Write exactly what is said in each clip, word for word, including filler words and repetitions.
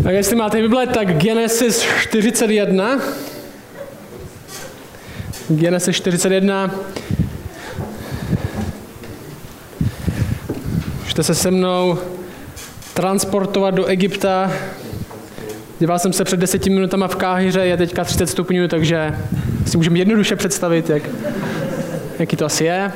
Tak jestli máte Bible, tak Genesis čtyřicet jedna. Genesis čtyřicet jedna. Můžete se se mnou transportovat do Egypta. Díval jsem se před deseti minutama v Káhiře, je teďka třicet stupňů, takže si můžeme jednoduše představit, jak, jaký to asi je.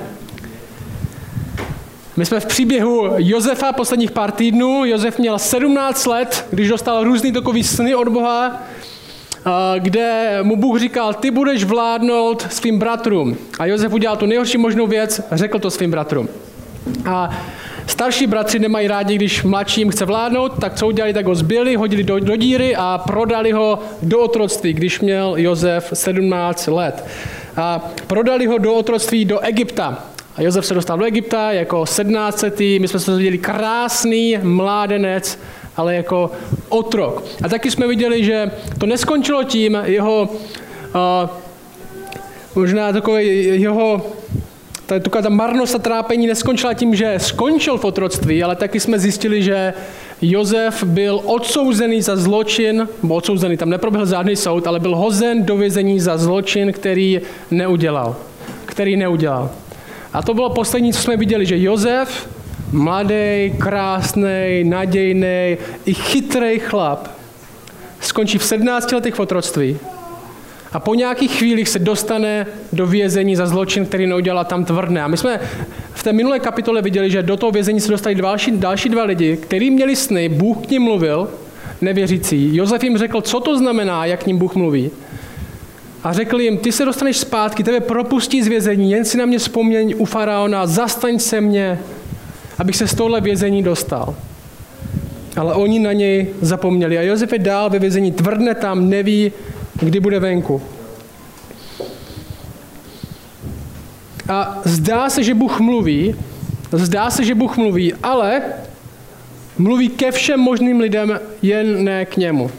My jsme v příběhu Josefa posledních pár týdnů. Josef měl sedmnáct let, když dostal různý takový sny od Boha, kde mu Bůh říkal, ty budeš vládnout svým bratrům. A Josef udělal tu nejhorší možnou věc, řekl to svým bratrům. A starší bratři nemají rádi, když mladší jim chce vládnout, tak co udělali, tak ho zbili, hodili do, do díry a prodali ho do otroctví, když měl Josef sedmnáct let. A prodali ho do otroctví do Egypta. A Josef se dostal do Egypta jako sedmnáctiletý, my jsme se viděli krásný mládenec, ale jako otrok. A taky jsme viděli, že to neskončilo tím, jeho uh, možná takové jeho ta, ta marnost a trápení neskončila tím, že skončil v otroctví, ale taky jsme zjistili, že Josef byl odsouzený za zločin, byl odsouzený, tam neproběhl žádný soud, ale byl hozen do vězení za zločin, který neudělal. Který neudělal. A to bylo poslední, co jsme viděli, že Josef, mladý, krásný, nadějný i chytrý chlap, skončí v sedmnácti letech v otroctví a po nějakých chvílích se dostane do vězení za zločin, který neudělal, tam tvrdne. A my jsme v té minulé kapitole viděli, že do toho vězení se dostali další, další dva lidi, kteří měli sny, Bůh k nim mluvil, nevěřící. Josef jim řekl, co to znamená, jak k ním Bůh mluví. A řekl jim, ty se dostaneš zpátky, tebe propustí z vězení, jen si na mě vzpomněň u faraona, zastaň se mě, abych se z tohle vězení dostal. Ale oni na něj zapomněli. A Josef je dál ve vězení, tvrdne tam, neví, kdy bude venku. A zdá se, že Bůh mluví, zdá se, že Bůh mluví, ale mluví ke všem možným lidem, jen ne k němu.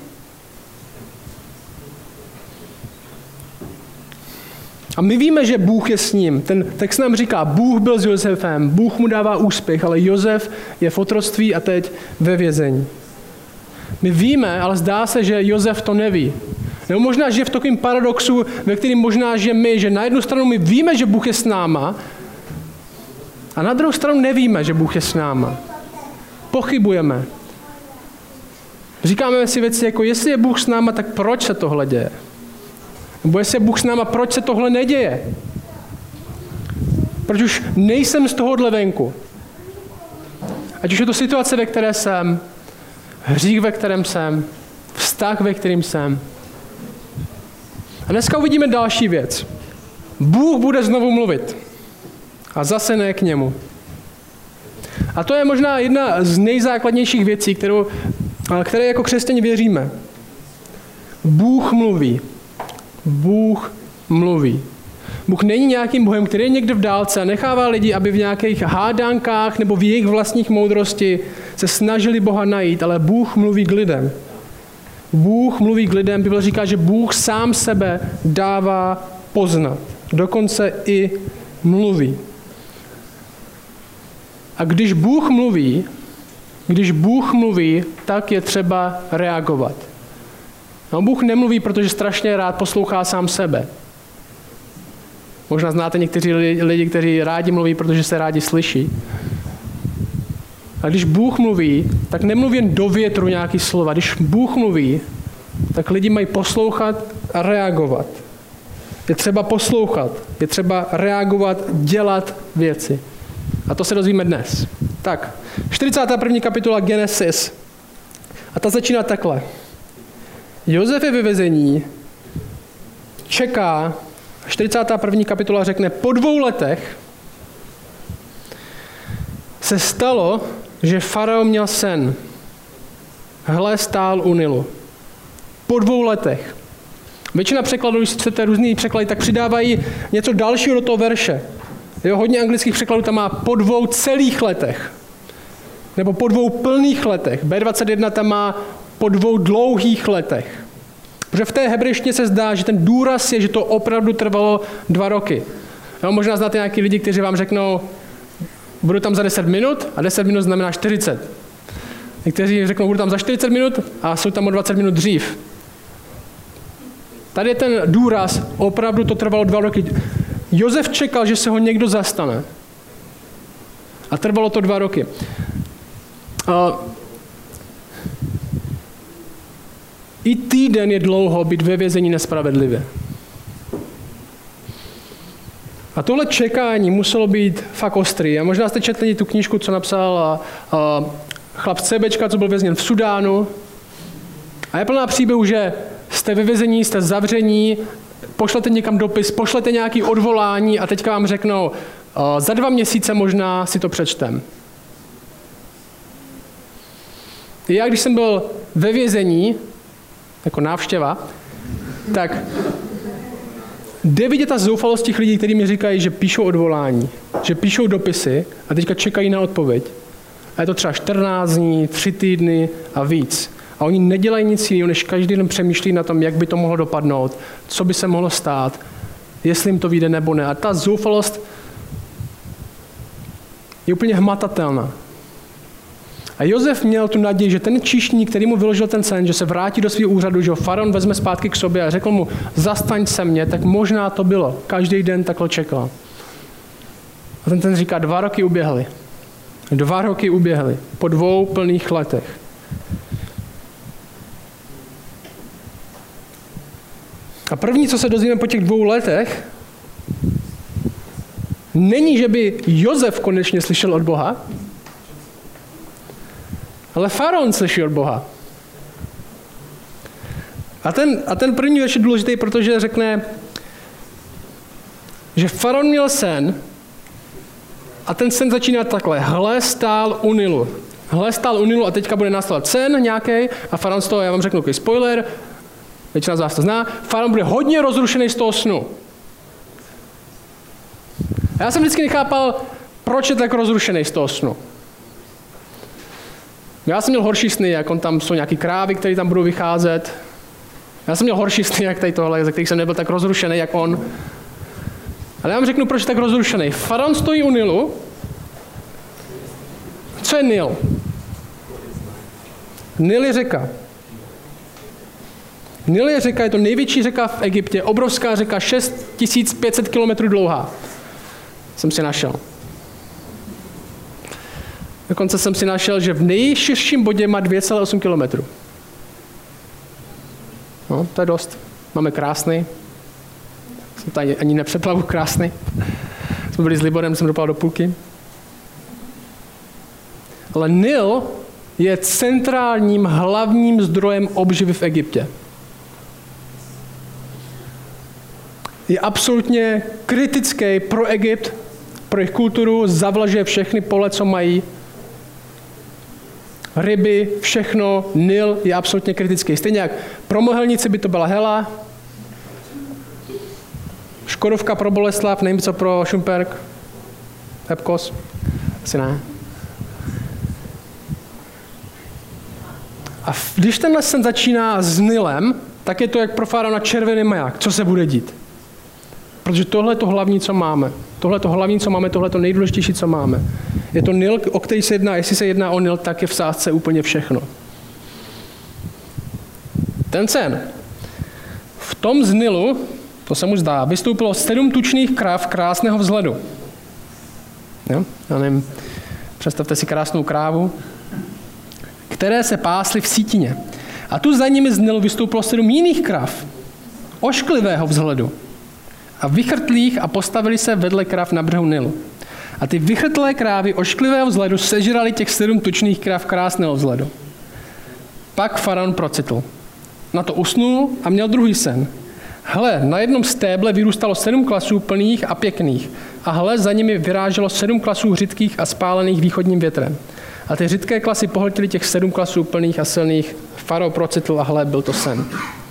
A my víme, že Bůh je s ním. Ten text nám říká, Bůh byl s Josefem, Bůh mu dává úspěch, ale Josef je v otroctví a teď ve vězení. My víme, ale zdá se, že Josef to neví. Nebo možná, že v takovém paradoxu, ve kterém možná, že my, že na jednu stranu my víme, že Bůh je s náma, a na druhou stranu nevíme, že Bůh je s náma. Pochybujeme. Říkáme si věci jako, jestli je Bůh s náma, tak proč se tohle děje? Nebo jestli je Bůh s náma, proč se tohle neděje? Proč už nejsem z tohohle venku? Ať už je to situace, ve které jsem, hřích, ve kterém jsem, vztah, ve kterém jsem. A dneska uvidíme další věc. Bůh bude znovu mluvit. A zase ne k němu. A to je možná jedna z nejzákladnějších věcí, kterou, které jako křesťané věříme. Bůh mluví. Bůh mluví. Bůh není nějakým Bohem, který je někde v dálce a nechává lidi, aby v nějakých hádankách nebo v jejich vlastních moudrosti se snažili Boha najít, ale Bůh mluví k lidem. Bůh mluví k lidem, Bible říká, že Bůh sám sebe dává poznat. Dokonce i mluví. A když Bůh mluví, když Bůh mluví, tak je třeba reagovat. No, Bůh nemluví, protože strašně rád poslouchá sám sebe. Možná znáte někteří lidi, kteří rádi mluví, protože se rádi slyší. A když Bůh mluví, tak nemluví jen do větru nějaký slova. Když Bůh mluví, tak lidi mají poslouchat a reagovat. Je třeba poslouchat, je třeba reagovat, dělat věci. A to se dozvíme dnes. Tak, čtyřicátá první kapitola Genesis. A ta začíná takhle. Josef je ve vězení, čeká, čtyřicátá první kapitola řekne, po dvou letech se stalo, že faraon měl sen. Hle, stál u Nilu. Po dvou letech. Většina překladů, když chcete různý překlady, tak přidávají něco dalšího do toho verše. Jo, hodně anglických překladů tam má po dvou celých letech. Nebo po dvou plných letech. bé dvacet jedna tam má po dvou dlouhých letech. Protože v té hebrejštině se zdá, že ten důraz je, že to opravdu trvalo dva roky. Jo, možná znáte nějaký lidi, kteří vám řeknou, budu tam za deset minut a deset minut znamená čtyřicet. Někteří řeknou, budu tam za čtyřicet minut a jsou tam o dvacet minut dřív. Tady je ten důraz, opravdu to trvalo dva roky. Josef čekal, že se ho někdo zastane. A trvalo to dva roky. A I týden je dlouho být ve vězení nespravedlivě. A tohle čekání muselo být fakt ostrý. A možná jste četli tu knížku, co napsal a, a chlap z CBčka, co byl vězněn v Sudánu. A je plná příběhů, že jste ve vězení, jste zavření, pošlete někam dopis, pošlete nějaké odvolání a teďka vám řeknou, za dva měsíce možná si to přečtem. Já, když jsem byl ve vězení, jako návštěva, tak jde vidět ta zoufalost těch lidí, kteří mi říkají, že píšou odvolání, že píšou dopisy a teďka čekají na odpověď. A je to třeba čtrnáct dní, tři týdny a víc. A oni nedělají nic jiného, než každý den přemýšlí na tom, jak by to mohlo dopadnout, co by se mohlo stát, jestli jim to vyjde nebo ne. A ta zoufalost je úplně hmatatelná. A Josef měl tu naději, že ten číšník, který mu vyložil ten sen, že se vrátí do svého úřadu, že ho faraon vezme zpátky k sobě a řekl mu, zastaň se mě, tak možná to bylo. Každý den takhle čekal. A ten ten říká, dva roky uběhly. Dva roky uběhly. Po dvou plných letech. A první, co se dozvíme po těch dvou letech, není, že by Josef konečně slyšel od Boha, ale faraon slyší od Boha. A ten, a ten první verš je důležitý, protože řekne, že faraon měl sen a ten sen začíná takhle. Hle, stál u Nilu. Hle, stál u Nilu a teďka bude následovat sen nějaký a faraon z toho, já vám řeknu takový spoiler, většina z vás to zná, faraon bude hodně rozrušený z toho snu. A já jsem vždycky nechápal, proč je tak rozrušený z toho snu. Já jsem měl horší sny, jak on tam jsou nějaký krávy, které tam budou vycházet. Já jsem měl horší sny, jak tady tohle, ze kterých jsem nebyl tak rozrušený, jak on. Ale já vám řeknu, proč je tak rozrušený. Faraon stojí u Nilu. Co je Nil? Nil je řeka. Nil je řeka, je to největší řeka v Egyptě, obrovská řeka, šest tisíc pět set kilometrů dlouhá. Jsem si našel. Dokonce jsem si našel, že v nejširším bodě má dvě celé osm kilometrů. No, to je dost. Máme krásný. Jsem tady ani nepřeplavu krásný. Jsme byli s Liborem, jsem dopadl do půlky. Ale Nil je centrálním hlavním zdrojem obživy v Egyptě. Je absolutně kritický pro Egypt, pro jejich kulturu, zavlažuje všechny pole, co mají. Ryby, všechno, Nil je absolutně kritický. Stejně jak pro Mohelnici by to byla Hela, Škodovka pro Boleslav, nevím co pro Šumperk, Epkos, asi ne. A když tenhle sen začíná s Nilem, tak je to jak pro faraona červený maják. Co se bude dít? Protože tohle je to hlavní, co máme. Tohle je to hlavní, co máme, tohle je to nejdůležitější, co máme. Je to Nil, o který se jedná. Jestli se jedná o Nil, tak je v sázce úplně všechno. Ten sen. V tom z Nilu, to se mu zdá, vystoupilo sedm tučných kráv krásného vzhledu. Jo? Já nevím, představte si krásnou krávu, které se pásly v sítině. A tu za nimi z Nilu vystoupilo sedm jiných krav, ošklivého vzhledu. A vychrtlých a postavili se vedle krav na břehu Nilu. A ty vychrtlé krávy ošklivého vzhledu sežrali těch sedm tučných kráv krásného vzhledu. Pak faraon procitl. Na to usnul a měl druhý sen. Hle, na jednom stéble vyrůstalo sedm klasů plných a pěkných. A hle, za nimi vyráželo sedm klasů hřidkých a spálených východním větrem. A ty hřidké klasy pohltily těch sedm klasů plných a silných. Farao procitl a hle, byl to sen.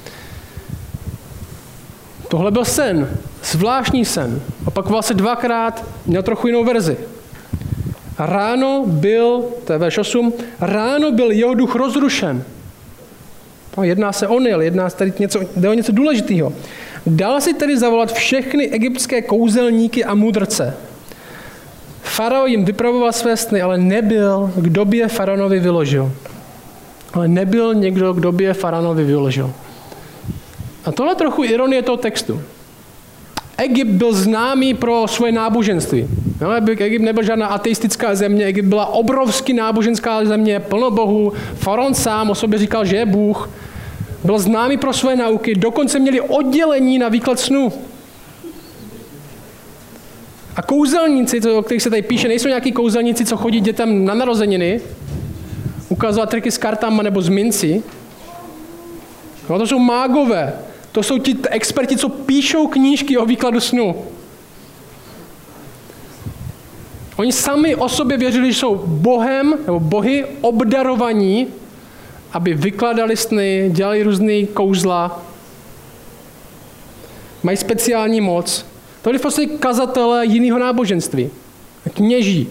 Tohle byl sen, zvláštní sen. Opakoval se dvakrát, měl trochu jinou verzi. A ráno byl, to je verš osm, ráno byl jeho duch rozrušen. No, jedná se o Nil, jedná se tady něco, jde o něco důležitého. Dal si tedy zavolat všechny egyptské kouzelníky a mudrce. Farao jim vypravoval své sny, ale nebyl, kdo by je faraonovi vyložil. ale nebyl někdo, kdo by je faraonovi vyložil. A tohle je trochu ironie toho textu. Egypt byl známý pro svoje náboženství. No, Egypt nebyl žádná ateistická země, Egypt byla obrovský náboženská země, plno bohů. Faraon sám o sobě říkal, že je Bůh. Byl známý pro svoje nauky, dokonce měli oddělení na výklad snů. A kouzelníci, o kterých se tady píše, nejsou nějaký kouzelníci, co chodí dětem na narozeniny, ukazovat triky s kartama nebo z minci. No, to jsou mágové. To jsou ti experti, co píšou knížky o výkladu snu. Oni sami o sobě věřili, že jsou bohem nebo bohy obdarovaní, aby vykladali sny, dělali různý kouzla. Mají speciální moc. To byli v podstatě kazatelé jiného náboženství. Kněží.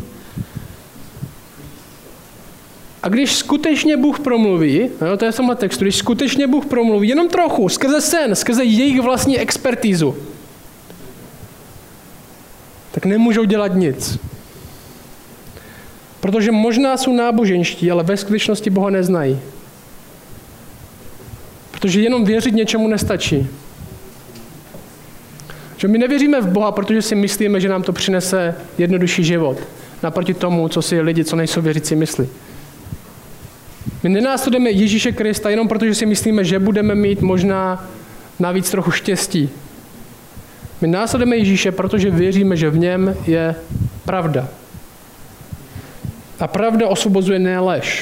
A když skutečně Bůh promluví, no, to je samotný textu, když skutečně Bůh promluví, jenom trochu, skrze sen, skrze jejich vlastní expertízu, tak nemůžou dělat nic. Protože možná jsou náboženští, ale ve skutečnosti Boha neznají. Protože jenom věřit něčemu nestačí. Že my nevěříme v Boha, protože si myslíme, že nám to přinese jednodušší život. Naproti tomu, co si lidi, co nejsou věřící, myslí. My nenásledujeme Ježíše Krista jenom protože si myslíme, že budeme mít možná navíc trochu štěstí. My následujeme Ježíše, protože věříme, že v něm je pravda. A pravda osvobozuje, ne lež.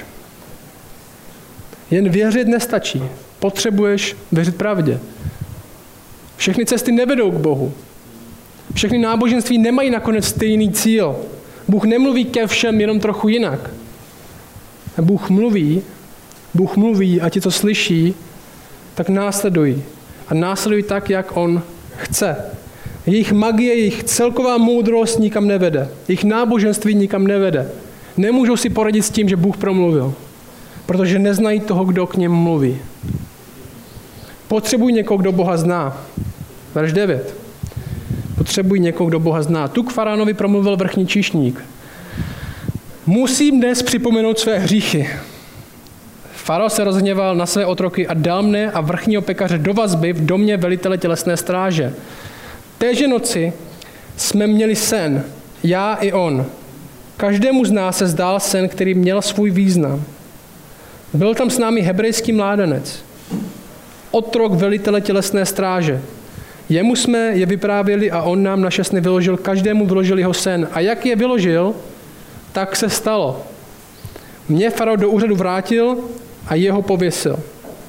Jen věřit nestačí. Potřebuješ věřit pravdě. Všechny cesty nevedou k Bohu. Všechny náboženství nemají nakonec stejný cíl. Bůh nemluví ke všem jenom trochu jinak. Bůh mluví, Bůh mluví a ti, co slyší, tak následují. A následují tak, jak on chce. Jejich magie, jejich celková moudrost nikam nevede. Jejich náboženství nikam nevede. Nemůžou si poradit s tím, že Bůh promluvil. Protože neznají toho, kdo k něm mluví. Potřebují někoho, kdo Boha zná. Verš devět. Potřebují někoho, kdo Boha zná. Tu k faraonovi promluvil vrchní číšník. Musím dnes připomenout své hříchy. Faraon se rozhněval na své otroky a dal mne a vrchního pekaře do vazby v domě velitele tělesné stráže. Téže noci jsme měli sen, já i on. Každému z nás se zdál sen, který měl svůj význam. Byl tam s námi hebrejský mládenec, otrok velitele tělesné stráže. Jemu jsme je vyprávěli a on nám naše sny vyložil, každému vyložil jeho sen. A jak je vyložil, tak se stalo. Mě faraon do úřadu vrátil a jeho pověsil.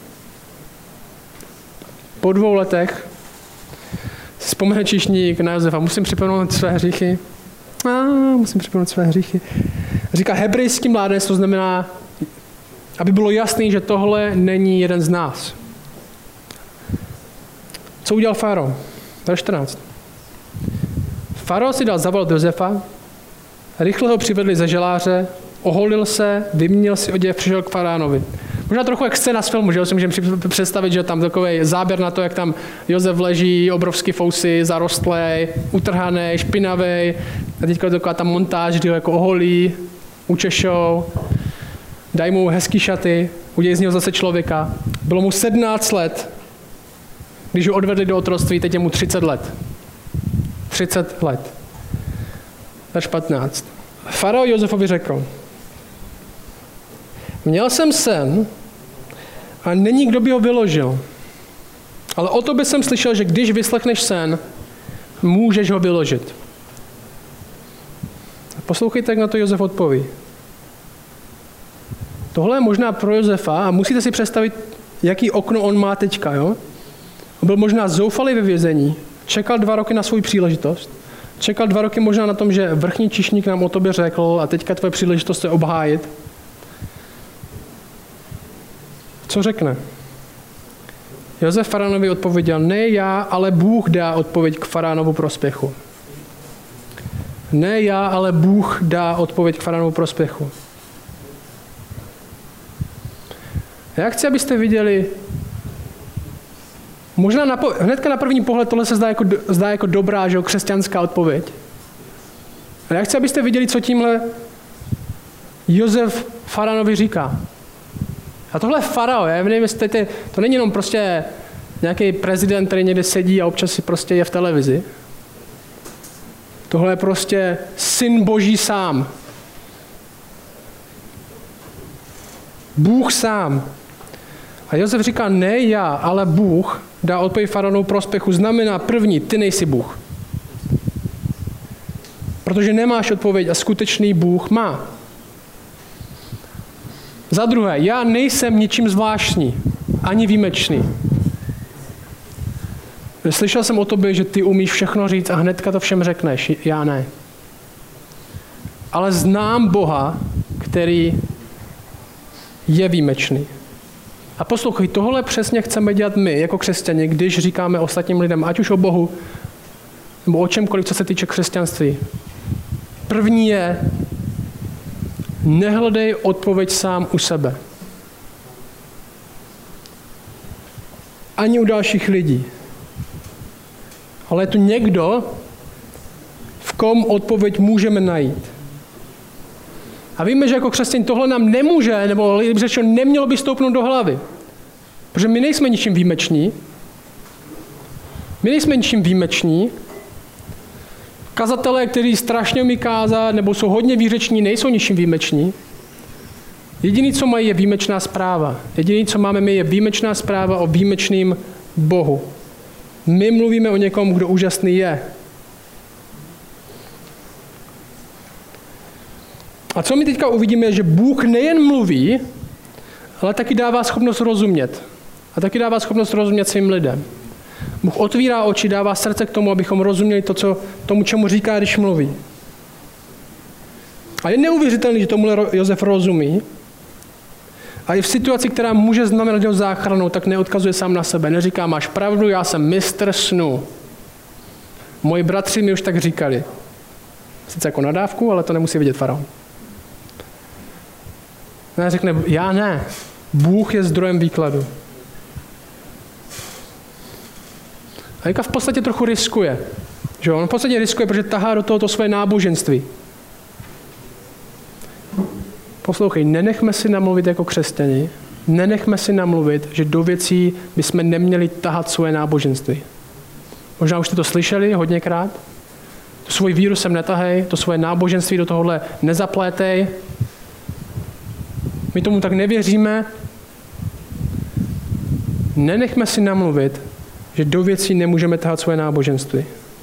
Po dvou letech vzpomene číšník na Josefa. Musím připomenout své hříchy. A, musím připomenout své hříchy. Říká hebrejský mládenec, to znamená, aby bylo jasný, že tohle není jeden z nás. Co udělal faraon? Verš čtrnáct. Faraon si dal zavolat Josefa, rychle ho přivedli ze želáře, oholil se, vyměnil si oděv, přišel k faraonovi. Možná trochu jak scéna z filmu, že si můžeme představit, že tam takový záběr na to, jak tam Josef leží, obrovský fousy, zarostlej, utrhaný, špinavý. A teďka taková ta montáž, kdy ho jako oholí, učešou, dají mu hezký šaty, udělají z něho zase člověka. Bylo mu sedmnáct let, když ho odvedli do otroctví, teď je mu třicet let. třicet let. Verš patnáct. Faraon Josefovi řekl, měl jsem sen a není kdo by ho vyložil. Ale o tobě jsem slyšel, že když vyslechneš sen, můžeš ho vyložit. Poslouchejte, jak na to Josef odpoví. Tohle je možná pro Josefa a musíte si představit, jaký okno on má teďka. Jo? On byl možná zoufalý ve vězení, čekal dva roky na svou příležitost, čekal dva roky možná na tom, že vrchní číšník nám o tobě řekl a teďka tvoje příležitost je obhájit. Co řekne? Josef faraonovi odpověděl, ne já, ale Bůh dá odpověď k faraonovu prospěchu. Ne já, ale Bůh dá odpověď k faraonovu prospěchu. Já chci, abyste viděli, možná na, hnedka na první pohled tohle se zdá jako, zdá jako dobrá, že jo, křesťanská odpověď. Ale já chci, abyste viděli, co tímhle Josef faraonovi říká. A tohle je farao, je? Nevím, jestli to, to není jenom prostě nějaký prezident, který někde sedí a občas si prostě je v televizi. Tohle je prostě syn Boží sám. Bůh sám. A Josef říká, ne já, ale Bůh dá odpověď faraonovu prospěchu. Znamená první, ty nejsi Bůh. Protože nemáš odpověď a skutečný Bůh má. Za druhé, já nejsem ničím zvláštní, ani výjimečný. Slyšel jsem o tobě, že ty umíš všechno říct a hnedka to všem řekneš. Já ne. Ale znám Boha, který je výjimečný. A poslouchej, tohle přesně chceme dělat my, jako křesťani, když říkáme ostatním lidem, ať už o Bohu, nebo o čemkoliv, co se týče křesťanství. První je, nehledej odpověď sám u sebe. Ani u dalších lidí. Ale je tu někdo, v kom odpověď můžeme najít. A víme, že jako křesťané tohle nám nemůže, nebo řečeno, nemělo by stoupnout do hlavy. Protože my nejsme ničím výjimeční. My nejsme ničím výjimeční. Kazatelé, kteří strašně umí kázat, nebo jsou hodně výřeční, nejsou ničím výjimeční. Jediný, co mají, je výjimečná zpráva. Jediný, co máme my, je výjimečná zpráva o výjimečným Bohu. My mluvíme o někom, kdo úžasný je. A co my teďka uvidíme, je, že Bůh nejen mluví, ale taky dává schopnost rozumět. A taky dává schopnost rozumět svým lidem. Bůh otvírá oči, dává srdce k tomu, abychom rozuměli to, co, tomu, čemu říká, když mluví. A je neuvěřitelný, že tomuhle Josef rozumí. A i v situaci, která může znamenat jeho záchranu, tak neodkazuje sám na sebe. Neříká, máš pravdu, já jsem mistr snů. Moji bratři mi už tak říkali. Sice jako nadávku, ale to nemusí vidět faraon. Ne, řekne, já ne. Bůh je zdrojem výkladu. A teďka v podstatě trochu riskuje. Že on v podstatě riskuje, protože tahá do tohoto své náboženství. Poslouchej, nenechme si namluvit jako křesťani, nenechme si namluvit, že do věcí bychom neměli tahat svoje náboženství. Možná už jste to slyšeli hodněkrát. Tu svůj víru sem netahej, to svoje náboženství do tohohle nezaplétej. My tomu tak nevěříme. Nenechme si namluvit, že do věcí nemůžeme tahat svoje náboženství.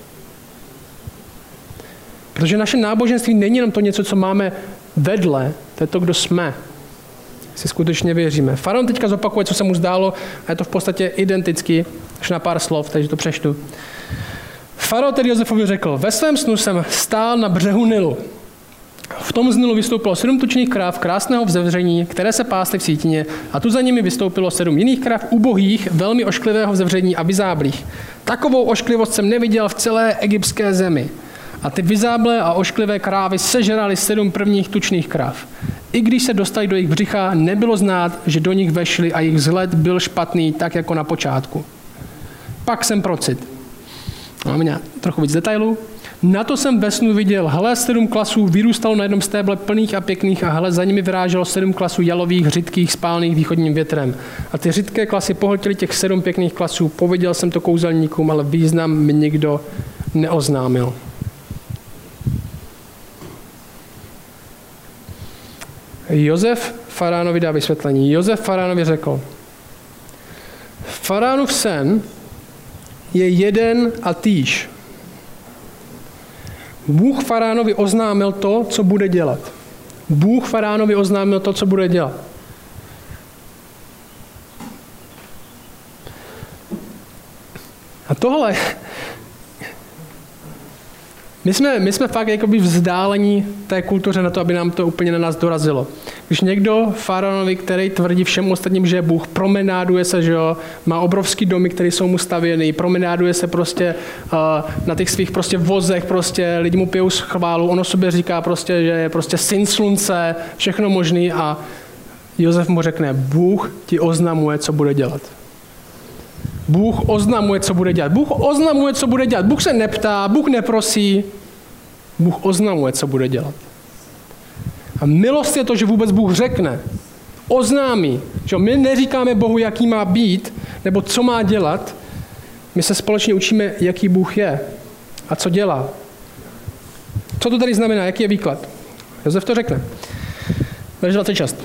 Protože naše náboženství není jenom to něco, co máme vedle, to je to, kdo jsme. Si skutečně věříme. Faraon teďka zopakuje, co se mu zdálo, a je to v podstatě identicky, až na pár slov, takže to přečtu. Faraon tedy Josefovi řekl, ve svém snu jsem stál na břehu Nilu. V tom z Nilu vystoupilo sedm tučných kráv krásného vzevření, které se pásly v sítině, a tu za nimi vystoupilo sedm jiných kráv ubohých, velmi ošklivého vzevření a vyzáblých. Takovou ošklivost jsem neviděl v celé egyptské zemi. A ty vyzáblé a ošklivé krávy sežrali sedm prvních tučných kráv. I když se dostali do jejich břicha, nebylo znát, že do nich vešli a jejich vzhled byl špatný, tak jako na počátku. Pak jsem procit. Máme trochu víc detailů. Na to jsem ve snu viděl, hle, sedm klasů vyrůstalo na jednom stéble plných a pěkných a hle, za nimi vyráželo sedm klasů jalových, řidkých, spálných východním větrem. A ty řidké klasy pohltily těch sedm pěkných klasů. Pověděl jsem to kouzelníkům, ale význam mi nikdo neoznámil. Josef faraonovi dá vysvětlení. Josef faraonovi řekl, faraonův sen je jeden a týž. Bůh faraonovi oznámil to, co bude dělat. Bůh faraonovi oznámil to, co bude dělat. A tohle, my jsme, my jsme fakt jakoby vzdálení té kultuře na to, aby nám to úplně na nás dorazilo. Když někdo faraonovi, který tvrdí všem ostatním, že je Bůh, promenáduje se, že jo, má obrovský domy, které jsou mu stavěny, promenáduje se prostě uh, na těch svých prostě vozech, prostě lidi mu pijou chválu, ono sobě říká prostě, že je prostě syn slunce, všechno možný a Josef mu řekne, Bůh ti oznamuje, co bude dělat. Bůh oznamuje, co bude dělat. Bůh oznamuje, co bude dělat. Bůh se neptá, Bůh neprosí. Bůh oznamuje, co bude dělat. A milost je to, že vůbec Bůh řekne. oznámí, že my neříkáme Bohu, jaký má být, nebo co má dělat, my se společně učíme, jaký Bůh je a co dělá. Co to tady znamená, jaký je výklad? Josef to řekne. Verš dvacet šest.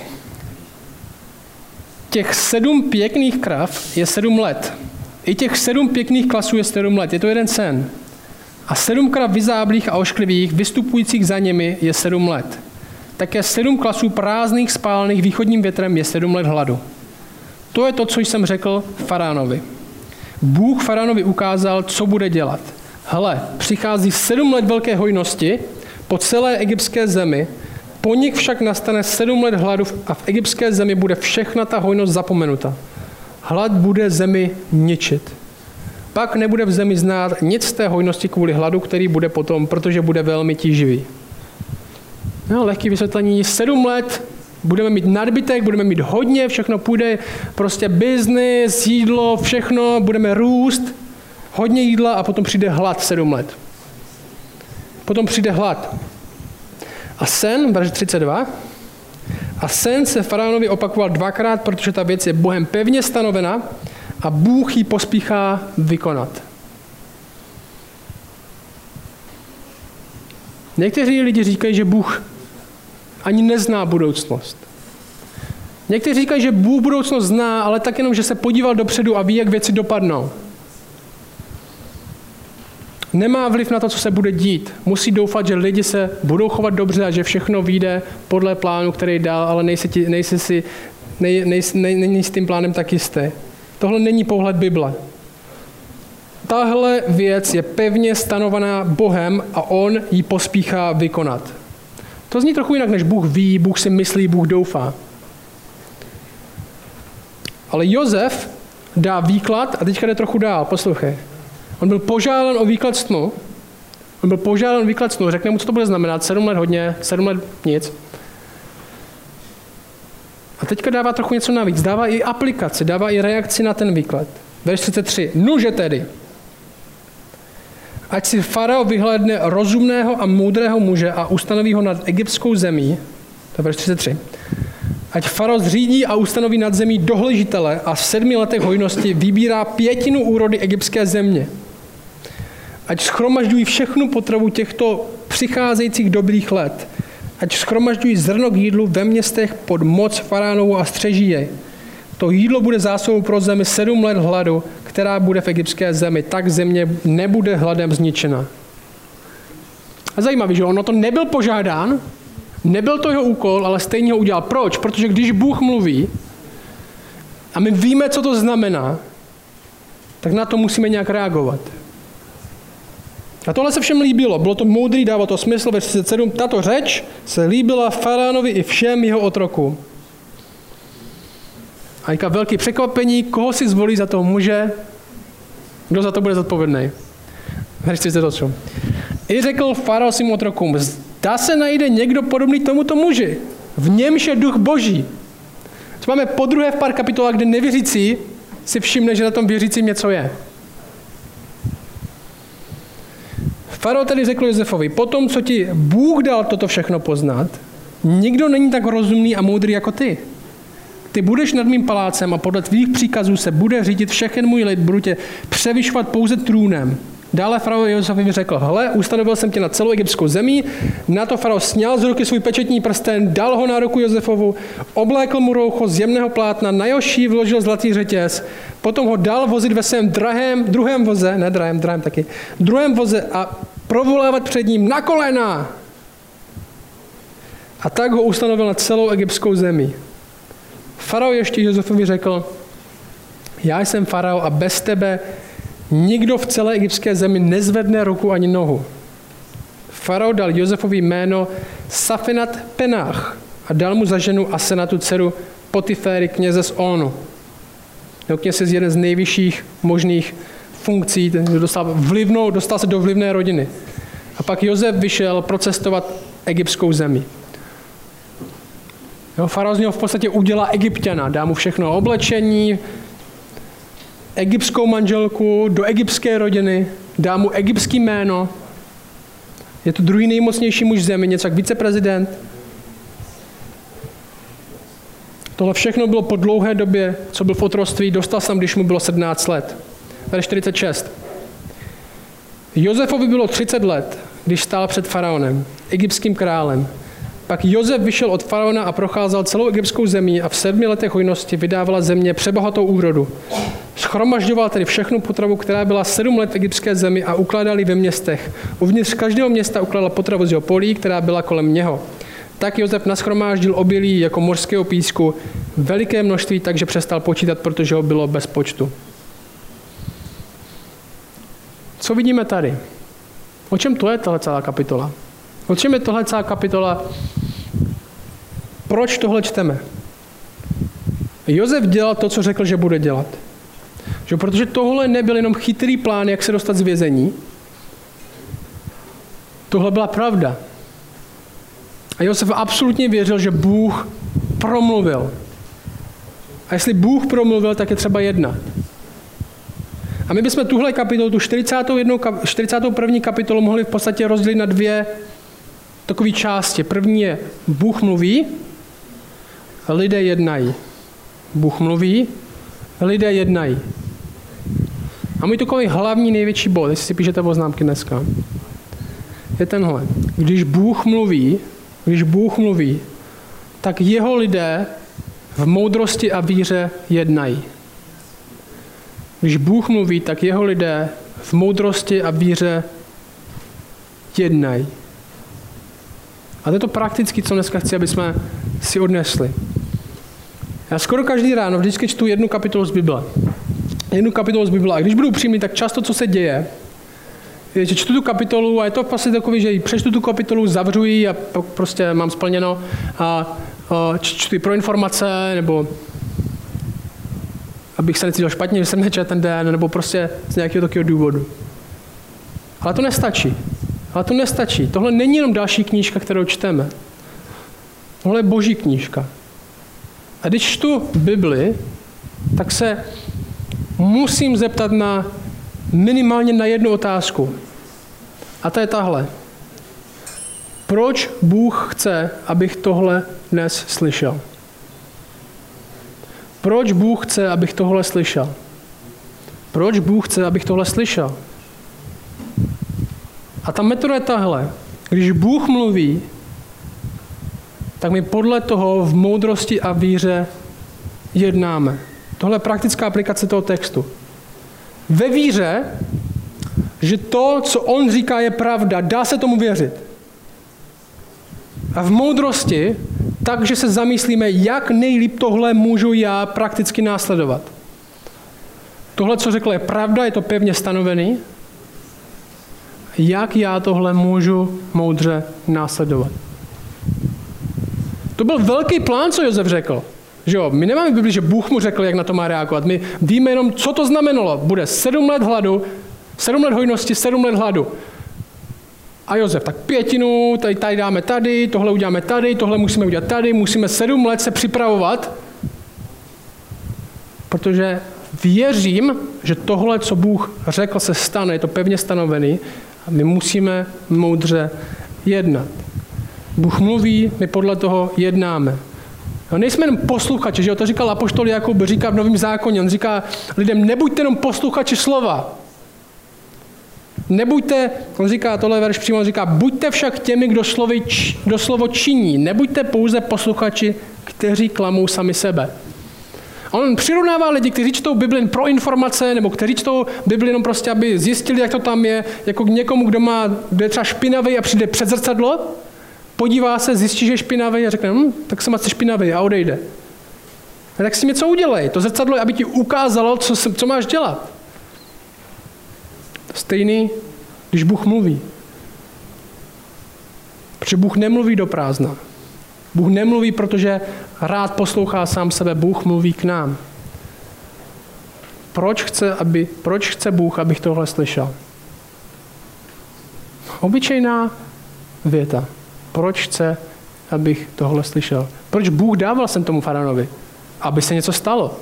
Těch sedm pěkných krav je sedm let. I těch sedm pěkných klasů je sedm let. Je to jeden sen. A sedm krav vyzáblých a ošklivých, vystupujících za nimi, je sedm let. Také sedm klasů prázdných, spálených východním větrem je sedm let hladu. To je to, co jsem řekl faraonovi. Bůh faraonovi ukázal, co bude dělat. Hele, přichází sedm let velké hojnosti po celé egyptské zemi, po nich však nastane sedm let hladu a v egyptské zemi bude všechna ta hojnost zapomenuta. Hlad bude zemi ničit. Pak nebude v zemi znát nic z té hojnosti kvůli hladu, který bude potom, protože bude velmi tíživý. No, lehký vysvětlení. Sedm let budeme mít nadbytek, budeme mít hodně, všechno půjde, prostě biznis, jídlo, všechno, budeme růst, hodně jídla a potom přijde hlad sedm let. Potom přijde hlad. A sen, verš třicet dva, a sen se faraonovi opakoval dvakrát, protože ta věc je Bohem pevně stanovena a Bůh ji pospíchá vykonat. Někteří lidi říkají, že Bůh ani nezná budoucnost. Někteří říkají, že Bůh budoucnost zná, ale tak jenom, že se podíval dopředu a ví, jak věci dopadnou. Nemá vliv na to, co se bude dít. Musí doufat, že lidi se budou chovat dobře a že všechno vyjde podle plánu, který dal, ale nejsi, ti, nejsi si, nej, nej, nej, není s tím plánem tak jistý. Tohle není pohled Bible. Tahle věc je pevně stanovená Bohem a on ji pospíchá vykonat. To zní trochu jinak, než Bůh ví, Bůh si myslí, Bůh doufá. Ale Josef dá výklad a teďka jde trochu dál, poslouchej. On byl požádán o výklad snu. On byl požádán o výklad snu. Řekne mu, co to bude znamenat. Sedm let hodně, sedm let nic. A teďka dává trochu něco navíc. Dává i aplikaci, dává i reakci na ten výklad. Verš třicet tři. Nuže tedy. Ať si farao vyhlédne rozumného a moudrého muže a ustanoví ho nad egyptskou zemí. To je verš třicet tři. Ať farao zřídí a ustanoví nad zemí dohlížitele a v sedmi letech hojnosti vybírá pětinu úrody egyptské země. Ať schromažďují všechnu potravu těchto přicházejících dobrých let. Ať schromažďují zrno k jídlu ve městech pod moc faraonovu a střeží jej. To jídlo bude zásobou pro zemi sedm let hladu, která bude v egyptské zemi. Tak země nebude hladem zničena. A zajímavý, že on o to nebyl požádán, nebyl to jeho úkol, ale stejně ho udělal. Proč? Protože když Bůh mluví a my víme, co to znamená, tak na to musíme nějak reagovat. A tohle se všem líbilo. Bylo to moudrý, dávalo to smysl. Ve třicet sedm tato řeč se líbila faraonovi i všem jeho otrokům. A jaká velké překvapení, koho si zvolí za toho muže, kdo za to bude zodpovědný. Verš třicet osm. I řekl faraon svým otrokům, zda se najde někdo podobný tomuto muži. V němž je duch boží. Co máme podruhé v pár kapitolách, kde nevěřící si všimne, že na tom věřícím něco je. Faraon tedy řekl Josefovi, potom, co ti Bůh dal toto všechno poznat, nikdo není tak rozumný a moudrý jako ty. Ty budeš nad mým palácem a podle tvých příkazů se bude řídit všechen můj lid, budu tě převyšovat pouze trůnem. Dále faraon Josefovi řekl, hele, ustanovil jsem tě na celou egyptskou zemí, na to faraon sňal z ruky svůj pečetní prsten, dal ho na ruku Josefovu, oblékl mu roucho z jemného plátna, na jeho šíj vložil zlatý řetěz, potom ho dal vozit ve svém drahém, druhém voze, ne drahém, drahém taky, druhém voze a provolávat před ním na kolena. A tak ho ustanovil na celou egyptskou zemi. Faraon ještě Josefovi řekl, já jsem faraon a bez tebe nikdo v celé egyptské zemi nezvedne ruku ani nohu. Faraon dal Josefovi jméno Safenat Penach a dal mu za ženu Asenatu dceru Potiféry, kněze z Onu. Kněz je jeden z nejvyšších možných funkcí, dostal, vlivnou, dostal se do vlivné rodiny. A pak Josef vyšel procestovat egyptskou zemi. Jo, faraon z něho v podstatě udělá Egypťana, dá mu všechno oblečení, egyptskou manželku, do egyptské rodiny, dá mu egyptský jméno. Je to druhý nejmocnější muž v zemi, něco jak viceprezident. Tohle všechno bylo po dlouhé době, co byl v otroctví, dostal jsem, když mu bylo sedmnáct let. Tady čtyřicet šest. Josefovi bylo třicet let, když stál před faraonem, egyptským králem. Pak Josef vyšel od faraona a procházel celou egyptskou zemi a v sedmi letech hojnosti vydávala země přebohatou úrodu. Schromažďoval tedy všechnu potravu, která byla sedm let v egyptské zemi a ukládali ve městech. Uvnitř každého města ukládal potravu z jeho polí, která byla kolem něho. Tak Josef nashromáždil obilí jako mořského písku, veliké množství, takže přestal počítat, protože ho bylo bez počtu. Co vidíme tady? O čem to je tahle celá kapitola? O čem je tohle celá kapitola? Proč tohle čteme? Josef dělal to, co řekl, že bude dělat. Že protože tohle nebyl jenom chytrý plán, jak se dostat z vězení. Tohle byla pravda. A Josef absolutně věřil, že Bůh promluvil. A jestli Bůh promluvil, tak je třeba jednat. A my bychom tuhle kapitolu, tu čtyřicátou první kapitolu mohli v podstatě rozdělit na dvě takové části. První je Bůh mluví, lidé jednají. Bůh mluví, lidé jednají. A můj takový hlavní největší bod, jestli si píšete poznámky dneska, je tenhle. Když Bůh mluví, když Bůh mluví, tak jeho lidé v moudrosti a víře jednají. Když Bůh mluví, tak jeho lidé v moudrosti a víře jednají. A to je to prakticky, co dneska chci, aby jsme si odnesli. Já skoro každý ráno vždycky čtu jednu kapitolu z Bible. Jednu kapitolu z Bible. A když budu upřímný, tak často, co se děje, je, že čtu tu kapitolu a je to vlastně takový, že přečtu tu kapitolu, zavřu ji a prostě mám splněno a, a čtu pro informace, nebo abych se necítil špatně, že jsem nečetl ten den, nebo prostě z nějakého takového důvodu. Ale to nestačí. Ale to nestačí. Tohle není jenom další knížka, kterou čteme. Tohle je Boží knížka. A když čtu Bibli, tak se musím zeptat na minimálně na jednu otázku. A to je tahle. Proč Bůh chce, abych tohle dnes slyšel? Proč Bůh chce, abych tohle slyšel? Proč Bůh chce, abych tohle slyšel? A ta metoda je tahle. Když Bůh mluví, tak my podle toho v moudrosti a víře jednáme. Tohle je praktická aplikace toho textu. Ve víře, že to, co on říká, je pravda, dá se tomu věřit. A v moudrosti, takže se zamyslíme, jak nejlíp tohle můžu já prakticky následovat. Tohle, co řekl, je pravda, je to pevně stanovený. Jak já tohle můžu moudře následovat. To byl velký plán, co Josef řekl. Že jo, my nemáme v Bibli, že Bůh mu řekl, jak na to má reagovat. My víme jenom, co to znamenalo. Bude sedm let hladu, sedm let hojnosti, sedm let hladu. A Josef, tak pětinu, tady, tady dáme tady, tohle uděláme tady, tohle musíme udělat tady, musíme sedm let se připravovat, protože věřím, že tohle, co Bůh řekl, se stane, je to pevně stanovený a my musíme moudře jednat. Bůh mluví, my podle toho jednáme. No, nejsme jenom posluchači, že jo, to říkal apoštol Jakub, říká v Novém zákoně, on říká lidem, nebuďte jenom posluchači slova. Nebuďte, on říká, tohle verš přímo, on říká, buďte však těmi, kdo, slovy, kdo slovo činí. Nebuďte pouze posluchači, kteří klamou sami sebe. A on přirovnává lidi, kteří čtou Bibli pro informace, nebo kteří čtou Bibli jenom prostě, aby zjistili, jak to tam je, jako k někomu, kdo má, kdo je třeba špinavý a přijde před zrcadlo, podívá se, zjistí, že je špinavý a řekne, hm, tak jsem asi špinavý a odejde. A tak si něco udělej. To zrcadlo je, aby ti ukázalo, co, co máš dělat. Stejný, když Bůh mluví. Protože Bůh nemluví do prázdna. Bůh nemluví, protože rád poslouchá sám sebe. Bůh mluví k nám. Proč chce, aby, proč chce Bůh, abych tohle slyšel? Obyčejná věta. Proč chce, abych tohle slyšel? Proč Bůh dával sem tomu faraonovi? Aby se něco stalo.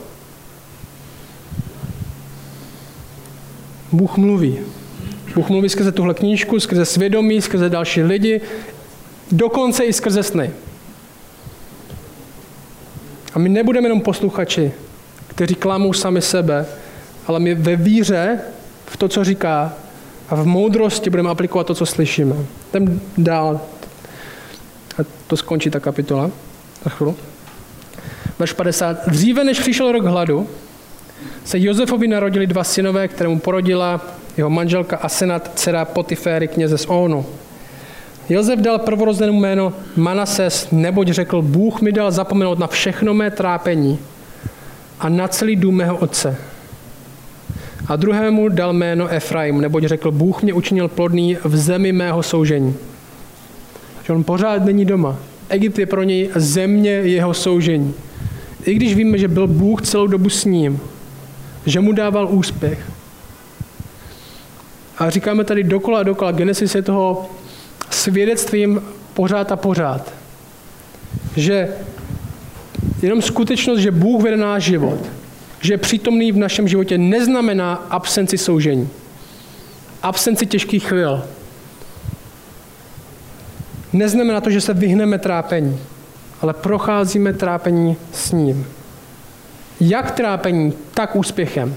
Bůh mluví. Bůh mluví skrze tuhle knížku, skrze svědomí, skrze další lidi, dokonce i skrze sny. A my nebudeme jenom posluchači, kteří klamou sami sebe, ale my ve víře v to, co říká, a v moudrosti budeme aplikovat to, co slyšíme. Jdem dál. A to skončí ta kapitola. Za chvíli. Verš padesát. Dříve, než přišel rok hladu, se Josefovi narodili dva synové, kterému porodila jeho manželka Asenat, dcera Potiféry, kněze z Ónu. Josef dal prvorozenému jméno Manases, neboť řekl, Bůh mi dal zapomenout na všechno mé trápení a na celý dům mého otce. A druhému dal jméno Efraim, neboť řekl, Bůh mě učinil plodný v zemi mého soužení. Že on pořád není doma. Egypt je pro něj země jeho soužení. I když víme, že byl Bůh celou dobu s ním, že mu dával úspěch. A říkáme tady dokola a dokola, Genesis je toho svědectvím pořád a pořád. Že jenom skutečnost, že Bůh vede náš život, že je přítomný v našem životě, neznamená absenci soužení. Absenci těžkých chvil. Neznamená to, že se vyhneme trápení, ale procházíme trápení s ním. Jak trápení, tak úspěchem.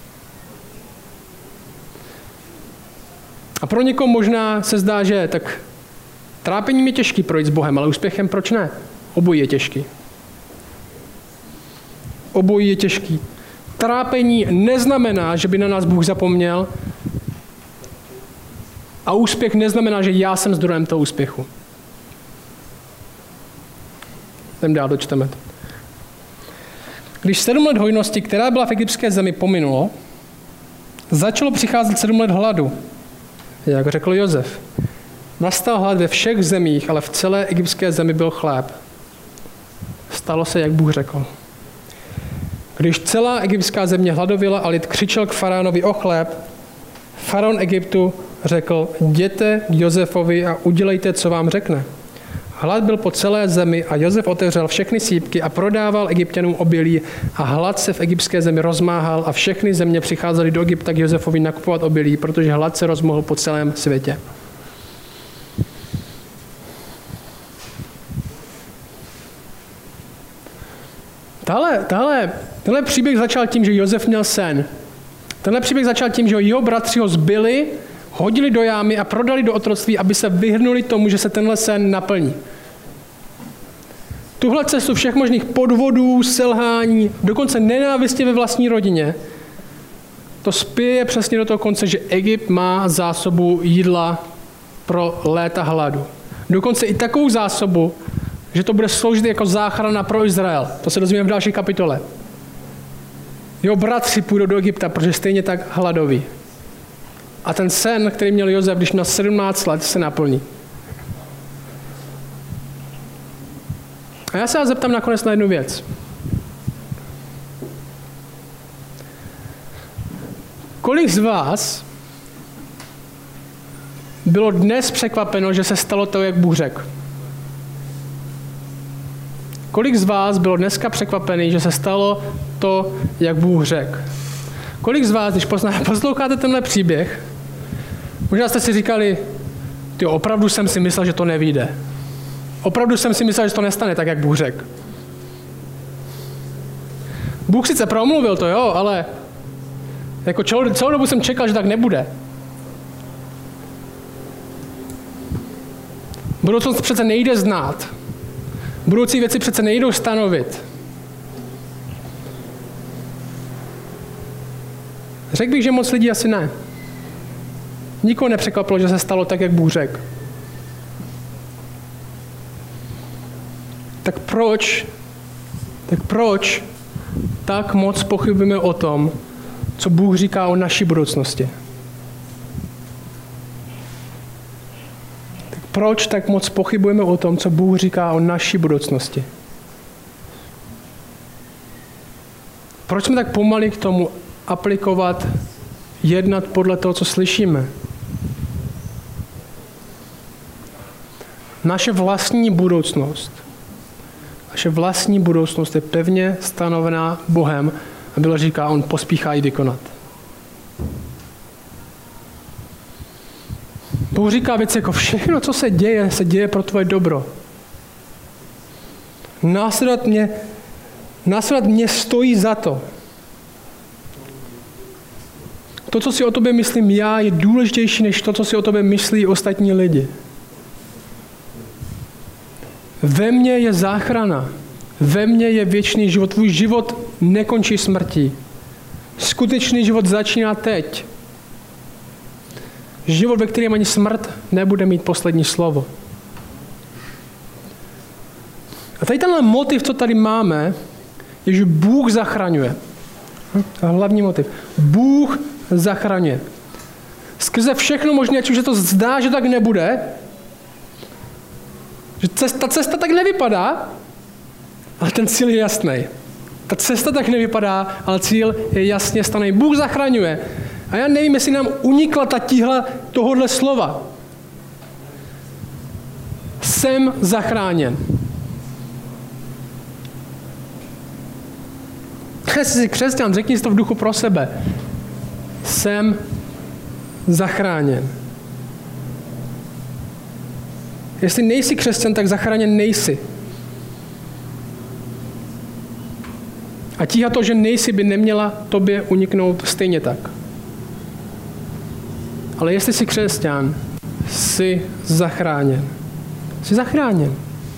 A pro někoho možná se zdá, že tak trápením je těžký projít s Bohem, ale úspěchem proč ne? Obojí je těžký. Obojí je těžký. Trápení neznamená, že by na nás Bůh zapomněl, a úspěch neznamená, že já jsem zdrojem toho úspěchu. Jdem dál, dočteme to. Když sedm let hojnosti, která byla v egyptské zemi, pominulo, začalo přicházet sedm let hladu. Jak řekl Josef. Nastal hlad ve všech zemích, ale v celé egyptské zemi byl chléb. Stalo se, jak Bůh řekl. Když celá egyptská země hladověla a lid křičel k faraonovi o chléb, faraon Egyptu řekl, jděte k Josefovi a udělejte, co vám řekne. Hlad byl po celé zemi a Josef otevřel všechny sýpky a prodával Egypťanům obilí a hlad se v egyptské zemi rozmáhal a všechny země přicházely do Egypta k Josefovi nakupovat obilí, protože hlad se rozmohl po celém světě. Tahle, tahle, tenhle příběh začal tím, že Josef měl sen. Tenhle příběh začal tím, že jeho bratři ho zbyli, hodili do jámy a prodali do otroctví, aby se vyhnuli tomu, že se tenhle sen naplní. Tuhle cestu všech možných podvodů, selhání, dokonce nenávisti ve vlastní rodině, to spěje přesně do toho konce, že Egypt má zásobu jídla pro léta hladu. Dokonce i takovou zásobu, že to bude sloužit jako záchrana pro Izrael. To se dozvíme v další kapitole. Jeho bratři půjdou do Egypta, protože stejně tak hladoví. A ten sen, který měl Josef, když měl sedmnáct let, se naplní. A já se vás zeptám nakonec na jednu věc. Kolik z vás bylo dnes překvapeno, že se stalo to, jak Bůh řekl? Kolik z vás bylo dneska překvapený, že se stalo to, jak Bůh řekl? Kolik z vás, když posloucháte tenhle příběh, možná jste si říkali, tyjo, opravdu jsem si myslel, že to nevyjde. Opravdu jsem si myslel, že to nestane tak, jak Bůh řekl. Bůh sice promluvil to, jo, ale jako celou, celou dobu jsem čekal, že tak nebude. Budoucnost přece nejde znát. Budoucí věci přece nejdou stanovit. Řekl bych, že moc lidí asi ne. Nikoho nepřekvapilo, že se stalo tak, jak Bůh řekl. Tak proč, tak proč tak moc pochybujeme o tom, co Bůh říká o naší budoucnosti? Tak proč tak moc pochybujeme o tom, co Bůh říká o naší budoucnosti? Proč jsme tak pomalí k tomu aplikovat, jednat podle toho, co slyšíme? Naše vlastní budoucnost, naše vlastní budoucnost je pevně stanovená Bohem a Bible říká, on pospíchá ji vykonat. Bůh říká věci jako všechno, co se děje, se děje pro tvoje dobro. Následovat mě Následovat mě stojí za to. To, co si o tobě myslím já, je důležitější než to, co si o tobě myslí ostatní lidi. Ve mně je záchrana. Ve mně je věčný život. Tvůj život nekončí smrtí. Skutečný život začíná teď. Život, ve kterém ani smrt nebude mít poslední slovo. A tady tenhle motiv, co tady máme, je, že Bůh zachraňuje. Hlavní motiv. Bůh zachraňuje. Skrze všechno možné, ať už se to zdá, že tak nebude, že cesta, ta cesta tak nevypadá, ale ten cíl je jasný. Ta cesta tak nevypadá, ale cíl je jasně staný. Bůh zachraňuje. A já nevím, jestli nám unikla ta tíhla tohohle slova. Jsem zachráněn. Jestli jsi křesťan, řekni si to v duchu pro sebe. Jsem zachráněn. Jestli nejsi křesťan, tak zachráněn nejsi. A tíha to, že nejsi, by neměla tobě uniknout stejně tak. Ale jestli jsi křesťan, jsi zachráněn. Jsi zachráněn.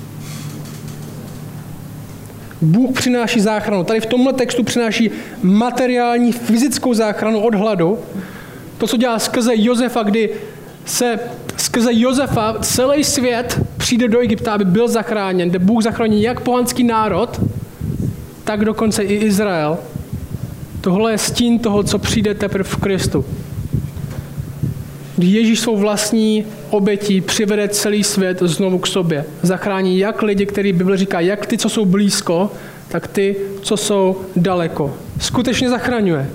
Bůh přináší záchranu. Tady v tomhle textu přináší materiální, fyzickou záchranu od hladu. To, co dělá skrze Josefa, kdy se skrze Josefa celý svět přijde do Egypta, aby byl zachráněn, kde Bůh zachrání jak pohanský národ, tak dokonce i Izrael. Tohle je stín toho, co přijde teprve v Kristu. Kdy Ježíš svou vlastní obětí přivede celý svět znovu k sobě. Zachrání jak lidi, který Bible říká, jak ty, co jsou blízko, tak ty, co jsou daleko. Skutečně zachraňuje.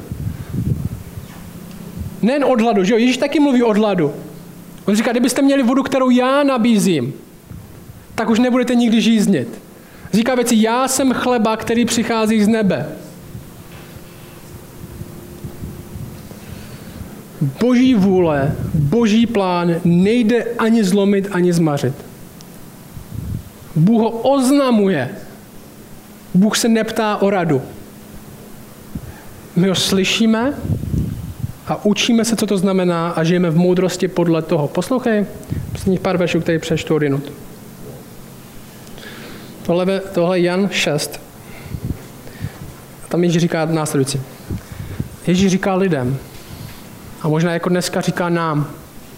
Nejen od hladu, že jo? Ježíš taky mluví od hladu. On říká, kdybyste měli vodu, kterou já nabízím, tak už nebudete nikdy žíznit. Říká věci, já jsem chleba, který přichází z nebe. Boží vůle, boží plán nejde ani zlomit, ani zmařit. Bůh ho oznamuje. Bůh se neptá o radu. My ho slyšíme a učíme se, co to znamená a žijeme v moudrosti podle toho. Poslouchej, posledních pár veršů, který přečtu odinut. Tohle, tohle je Jan šest. Tam Ježíš říká následující. Ježíš říká lidem, a možná jako dneska říká nám,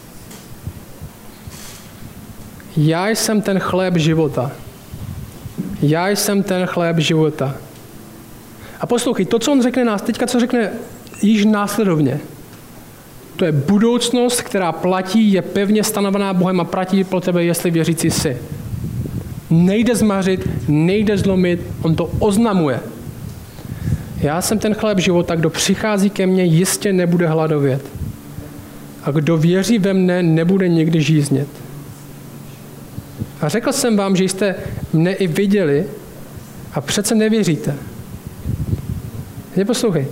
já jsem ten chléb života. Já jsem ten chléb života. A poslouchej, to, co on řekne nás, teďka co řekne již následovně, to je budoucnost, která platí, je pevně stanovená Bohem a platí pro tebe, jestli věřící jsi. Nejde zmařit, nejde zlomit, on to oznamuje. Já jsem ten chléb života, kdo přichází ke mně, jistě nebude hladovět. A kdo věří ve mne, nebude nikdy žíznět. A řekl jsem vám, že jste mne i viděli a přece nevěříte. Neposlouchej.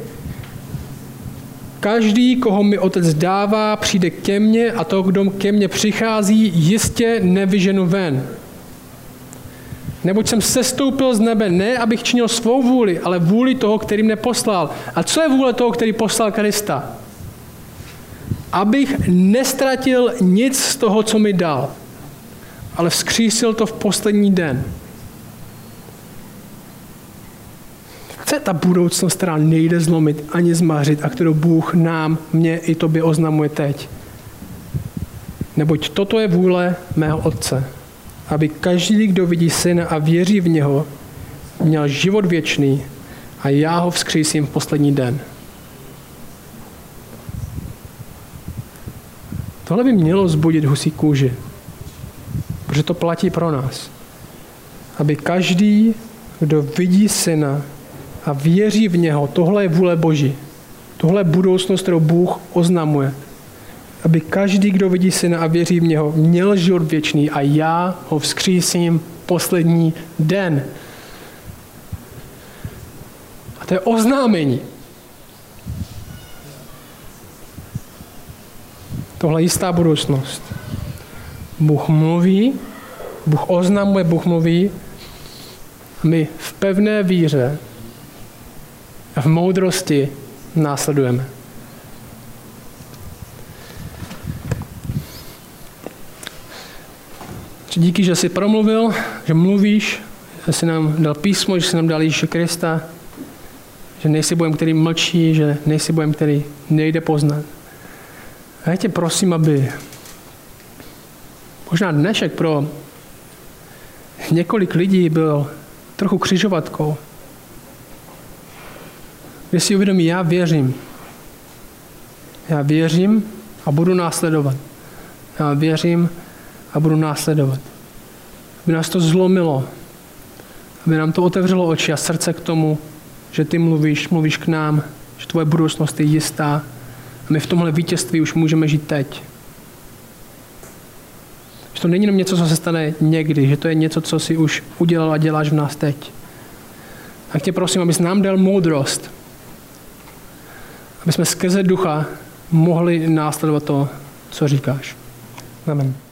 Každý, koho mi otec dává, přijde ke mně a to, kdo ke mně přichází, jistě nevyženu ven. Neboť jsem sestoupil z nebe ne, abych činil svou vůli, ale vůli toho, který mne poslal. A co je vůle toho, který poslal Krista? Abych nestratil nic z toho, co mi dal, ale vzkřísil to v poslední den. Co je ta budoucnost, která nejde zlomit ani zmařit a kterou Bůh nám, mě i tobě oznamuje teď? Neboť toto je vůle mého Otce, aby každý, kdo vidí Syna a věří v něho, měl život věčný a já ho vzkřísím v poslední den. Tohle by mělo vzbudit husí kůži, protože to platí pro nás. Aby každý, kdo vidí Syna a věří v něho, tohle je vůle Boží. Tohle je budoucnost, kterou Bůh oznamuje. Aby každý, kdo vidí Syna a věří v něho, měl život věčný a já ho vzkřísím poslední den. A to je oznámení. Tohle je jistá budoucnost. Bůh mluví, Bůh oznamuje, Bůh mluví. A my v pevné víře a v moudrosti následujeme. Díky, že jsi promluvil, že mluvíš, že jsi nám dal písmo, že jsi nám dal Ježíše Krista, že nejsi Bohem, který mlčí, že nejsi Bohem, který nejde poznat. A já tě prosím, aby možná dnešek pro několik lidí byl trochu křižovatkou, kde si uvědomí, já věřím. Já věřím a budu následovat. Já věřím a budu následovat. Aby nás to zlomilo, aby nám to otevřelo oči a srdce k tomu, že ty mluvíš, mluvíš k nám, že tvoje budoucnost je jistá a my v tomhle vítězství už můžeme žít teď. Že to není jenom něco, co se stane někdy, že to je něco, co si už udělal a děláš v nás teď. Tak tě prosím, abys nám dal moudrost, aby jsme skrze ducha mohli následovat to, co říkáš. Amen.